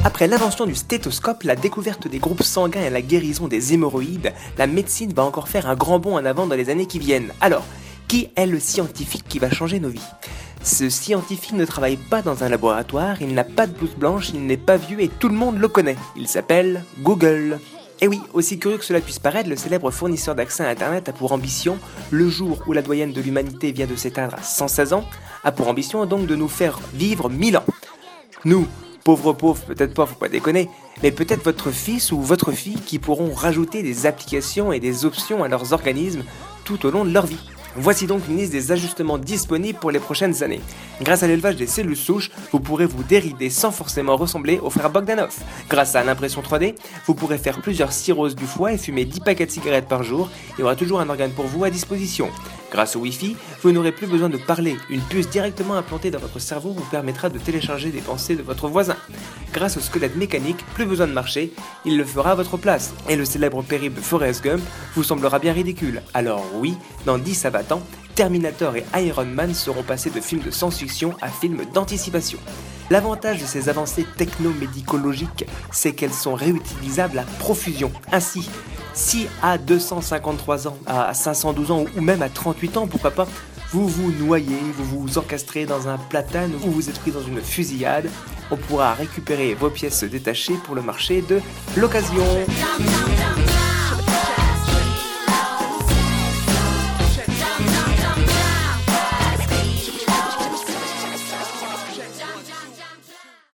Après l'invention du stéthoscope, la découverte des groupes sanguins et la guérison des hémorroïdes, la médecine va encore faire un grand bond en avant dans les années qui viennent. Alors, qui est le scientifique qui va changer nos vies ? Ce scientifique ne travaille pas dans un laboratoire, il n'a pas de blouse blanche, il n'est pas vieux et tout le monde le connaît. Il s'appelle Google. Et oui, aussi curieux que cela puisse paraître, le célèbre fournisseur d'accès à Internet a pour ambition, le jour où la doyenne de l'humanité vient de s'éteindre à 116 ans, a pour ambition donc de nous faire vivre 1000 ans. Nous, pauvres, peut-être pas, faut pas déconner, mais peut-être votre fils ou votre fille qui pourront rajouter des applications et des options à leurs organismes tout au long de leur vie. Voici donc une liste des ajustements disponibles pour les prochaines années. Grâce à l'élevage des cellules souches, vous pourrez vous dérider sans forcément ressembler aux frères Bogdanov. Grâce à l'impression 3D, vous pourrez faire plusieurs cirrhoses du foie et fumer 10 paquets de cigarettes par jour. Il y aura toujours un organe pour vous à disposition. Grâce au Wi-Fi, vous n'aurez plus besoin de parler. Une puce directement implantée dans votre cerveau vous permettra de télécharger des pensées de votre voisin. Grâce au squelette mécanique, plus besoin de marcher, il le fera à votre place. Et le célèbre périple de Forrest Gump vous semblera bien ridicule. Alors oui, dans 10 à 20 ans, Terminator et Iron Man seront passés de films de science-fiction à films d'anticipation. L'avantage de ces avancées techno-médicologiques, c'est qu'elles sont réutilisables à profusion. Ainsi, si à 253 ans, à 512 ans ou même à 38 ans, pourquoi pas, vous vous noyez, vous vous encastrez dans un platane ou vous êtes pris dans une fusillade, on pourra récupérer vos pièces détachées pour le marché de l'occasion.